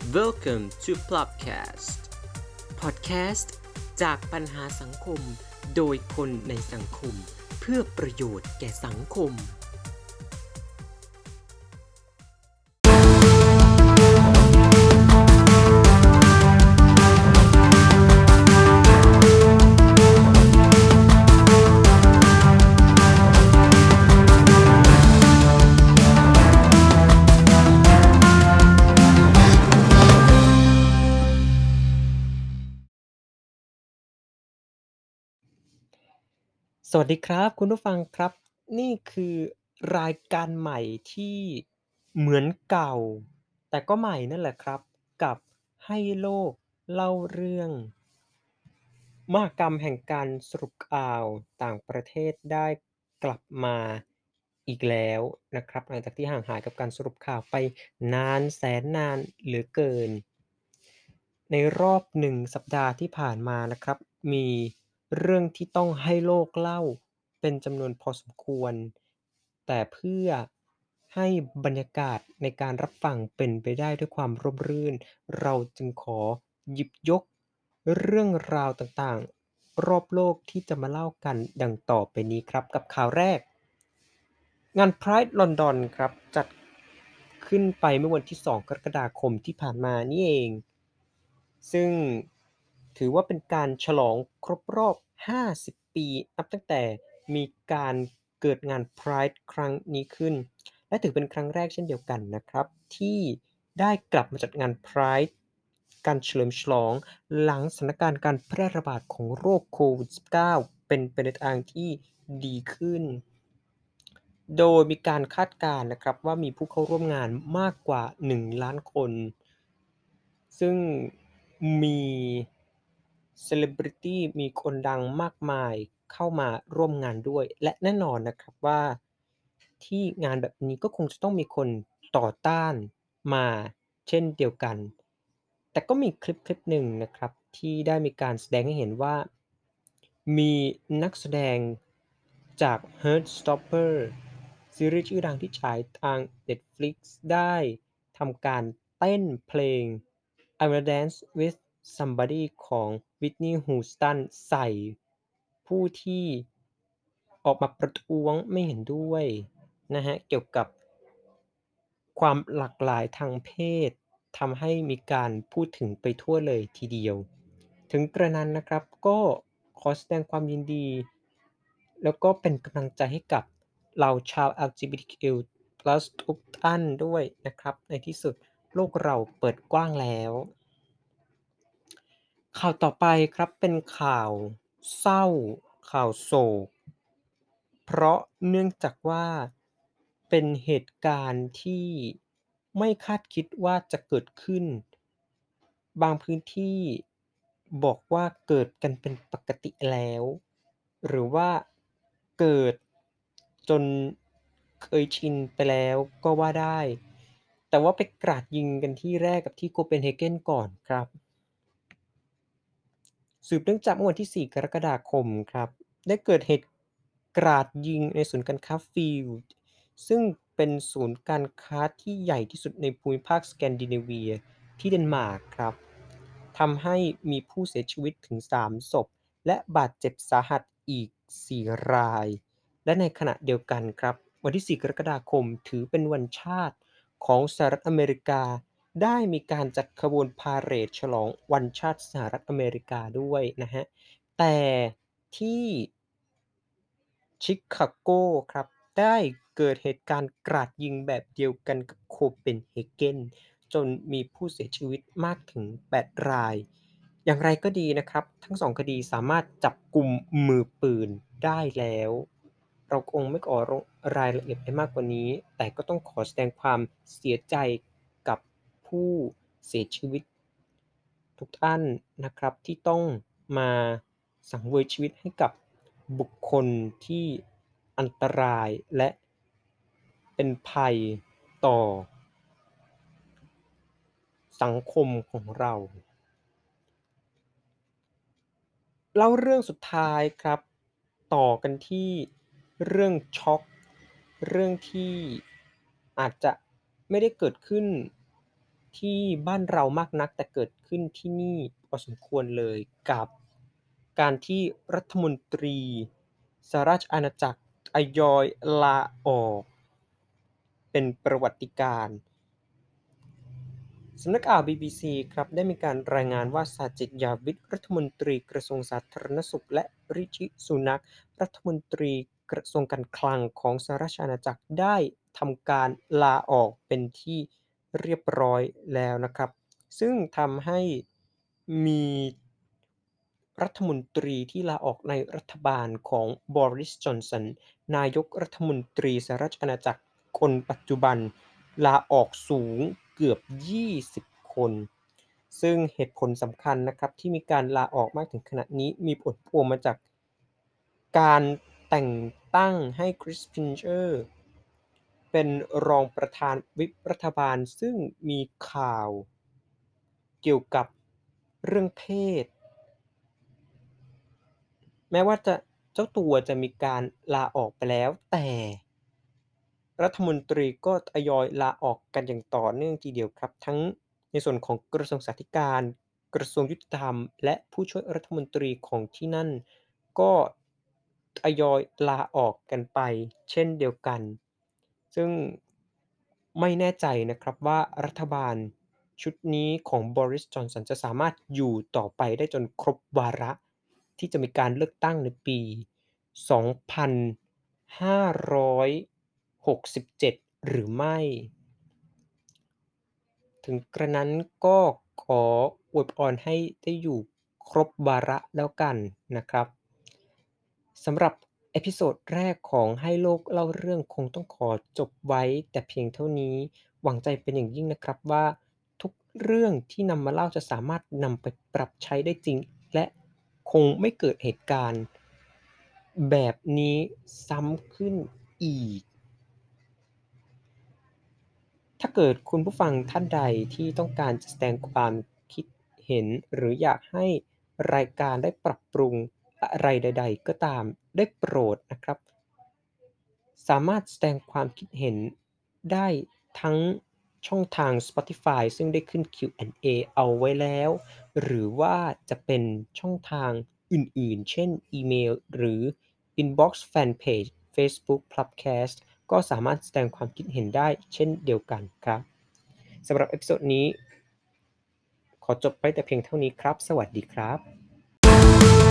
Welcome to Plopcast Podcast จากปัญหาสังคมโดยคนในสังคมเพื่อประโยชน์แก่สังคมสวัสดีครับคุณผู้ฟังครับนี่คือรายการใหม่ที่เหมือนเก่าแต่ก็ใหม่นั่นแหละครับกับให้โลกเล่าเรื่องมหกรรมแห่งการสรุปข่าวต่างประเทศได้กลับมาอีกแล้วนะครับหลังจากที่ห่างหายกับการสรุปข่าวไปนานแสนนานเหลือเกินในรอบ1สัปดาห์ที่ผ่านมานะครับมีเรื่องที่ต้องให้โลกเล่าเป็นจำนวนพอสมควรแต่เพื่อให้บรรยากาศในการรับฟังเป็นไปได้ด้วยความร่มรื่นเราจึงขอหยิบยกเรื่องราวต่างๆรอบโลกที่จะมาเล่ากันดังต่อไปนี้ครับกับข่าวแรกงาน Pride London ครับจัดขึ้นไปเมื่อวันที่2กรกฎาคมที่ผ่านมานี่เองซึ่งถือว่าเป็นการฉลองครบรอบ50ปีนับตั้งแต่มีการเกิดงาน Pride ครั้งนี้ขึ้นและถือเป็นครั้งแรกเช่นเดียวกันนะครับที่ได้กลับมาจัดงาน Pride การเฉลิมฉลองหลังสถานการณ์การแพร่ระบาดของโรคโควิด -19 เป็นไปในทางที่ดีขึ้นโดยมีการคาดการณ์นะครับว่ามีผู้เข้าร่วมงานมากกว่า1ล้านคนซึ่งมีเซเลบริตีมีคนดังมากมายเข้ามาร่วมงานด้วยและแน่นอนนะครับว่าที่งานแบบนี้ก็คงจะต้องมีคนต่อต้านมาเช่นเดียวกันแต่ก็มีคลิปหนึ่งนะครับที่ได้มีการแสดงให้เห็นว่ามีนักแสดงจาก Heartstopper ซีรีส์ชื่อดังที่ฉายทาง Netflix ได้ทำการเต้นเพลง I Wanna Dance with Somebody ของ Whitney Houston ใส่ผู้ที่ออกมาประท้วงไม่เห็นด้วยนะฮะเกี่ยวกับความหลากหลายทางเพศทำให้มีการพูดถึงไปทั่วเลยทีเดียวถึงกระนั้นนะครับก็ขอแสดงความยินดีแล้วก็เป็นกำลังใจให้กับเหล่าชาว LGBTQ+ ทุกท่านด้วยนะครับในที่สุดโลกเราเปิดกว้างแล้วข่าวต่อไปครับเป็นข่าวเศร้าข่าวโศกเพราะเนื่องจากว่าเป็นเหตุการณ์ที่ไม่คาดคิดว่าจะเกิดขึ้นบางพื้นที่บอกว่าเกิดกันเป็นปกติแล้วหรือว่าเกิดจนเคยชินไปแล้วก็ว่าได้แต่ว่าไปกราดยิงกันที่แรกกับที่โคเปนเฮเกนก่อนครับ สืบเนื่องจากเมื่อวันที่4กรกฎาคมครับได้เกิดเหตุกราดยิงในศูนย์การค้าฟิลด์ซึ่งเป็นศูนย์การค้าที่ใหญ่ที่สุดในภูมิภาคสแกนดิเนเวียที่เดนมาร์กครับทำให้มีผู้เสียชีวิตถึง3ศพและบาดเจ็บสาหัสอีก4รายและในขณะเดียวกันครับวันที่4กรกฎาคมถือเป็นวันชาติของสหรัฐอเมริกา ได้มีการจัดขบวนพาเหรดฉลองวันชาติสหรัฐอเมริกาด้วยนะฮะแต่ที่ชิคาโกครับได้เกิดเหตุการณ์กราดยิงแบบเดียวกันกับโคเปนเฮเกนจนมีผู้เสียชีวิตมากถึง8รายอย่างไรก็ดีนะครับทั้ง2คดีสามารถจับกุมมือปืนได้แล้วเราคงไม่ขอลงรายละเอียดไปมากกว่านี้แต่ก็ต้องขอแสดงความเสียใจกับผู้เสียชีวิตทุกท่านนะครับที่ต้องมาสังเวยชีวิตให้กับบุคคลที่อันตรายและเป็นภัยต่อสังคมของเราเล่าเรื่องสุดท้ายครับต่อกันที่เรื่องช็อกเรื่องที่อาจจะไม่ได้เกิดขึ้นที่บ้านเรามากนักแต่เกิดขึ้นที่นี่พอสมควรเลยกับการที่รัฐมนตรีสหราชอาณาจักรทยอยลาออกเป็นประวัติการณ์ สำนักข่าว BBC ครับได้มีการรายงานว่าซาจิด ยาวิดรัฐมนตรีกระทรวงสาธารณสุขและริชิ สุนักรัฐมนตรีกระทรวงการคลังของสหราชอาณาจักรได้ทำการลาออกเป็นที่เรียบร้อยแล้วนะครับซึ่งทำให้มีรัฐมนตรีที่ลาออกในรัฐบาลของบริส จอนสันนายกรัฐมนตรีสหราชอาณาจักรคนปัจจุบันลาออกสูงเกือบ20คนซึ่งเหตุผลสำคัญนะครับที่มีการลาออกมากถึงขนาดนี้มีผลพวงมาจากการแต่งตั้งให้คริส พินเชอร์เป็นรองประธานวิปรัฐบาลซึ่งมีข่าวเกี่ยวกับเรื่องเพศ แม้ว่าเจ้าตัวจะมีการลาออกไปแล้วแต่รัฐมนตรีก็ทยอยลาออกกันอย่างต่อเนื่องทีเดียวครับทั้งในส่วนของกระทรวงสาธการกระทรวงยุติธรรมและผู้ช่วยรัฐมนตรีของที่นั่นก็ทยอยลาออกกันไปเช่นเดียวกันซึ่งไม่แน่ใจนะครับว่ารัฐบาลชุดนี้ของบริส จอนสันจะสามารถอยู่ต่อไปได้จนครบวาระที่จะมีการเลือกตั้งในปี2567หรือไม่ถึงกระนั้นก็ขออวยพรให้ได้อยู่ครบวาระแล้วกันนะครับสำหรับเอพิโซดแรกของให้โลกเล่าเรื่องคงต้องขอจบไว้แต่เพียงเท่านี้หวังใจเป็นอย่างยิ่งนะครับว่าทุกเรื่องที่นำมาเล่าจะสามารถนำไปปรับใช้ได้จริงและคงไม่เกิดเหตุการณ์แบบนี้ซ้ำขึ้นอีก ถ้าเกิดคุณผู้ฟังท่านใดที่ต้องการจะแสดงความคิดเห็นหรืออยากให้รายการได้ปรับปรุงอะไรใดๆก็ตามได้โปรดนะครับสามารถแสดงความคิดเห็นได้ทั้งช่องทาง Spotify ซึ่งได้ขึ้น Q&A เอาไว้แล้วหรือว่าจะเป็นช่องทางอื่นๆเช่นอีเมลหรือ Inbox Fanpage Facebook Podcast ก็สามารถแสดงความคิดเห็นได้เช่นเดียวกันครับสำหรับเอพิโซดนี้ขอจบไปแต่เพียงเท่านี้ครับสวัสดีครับ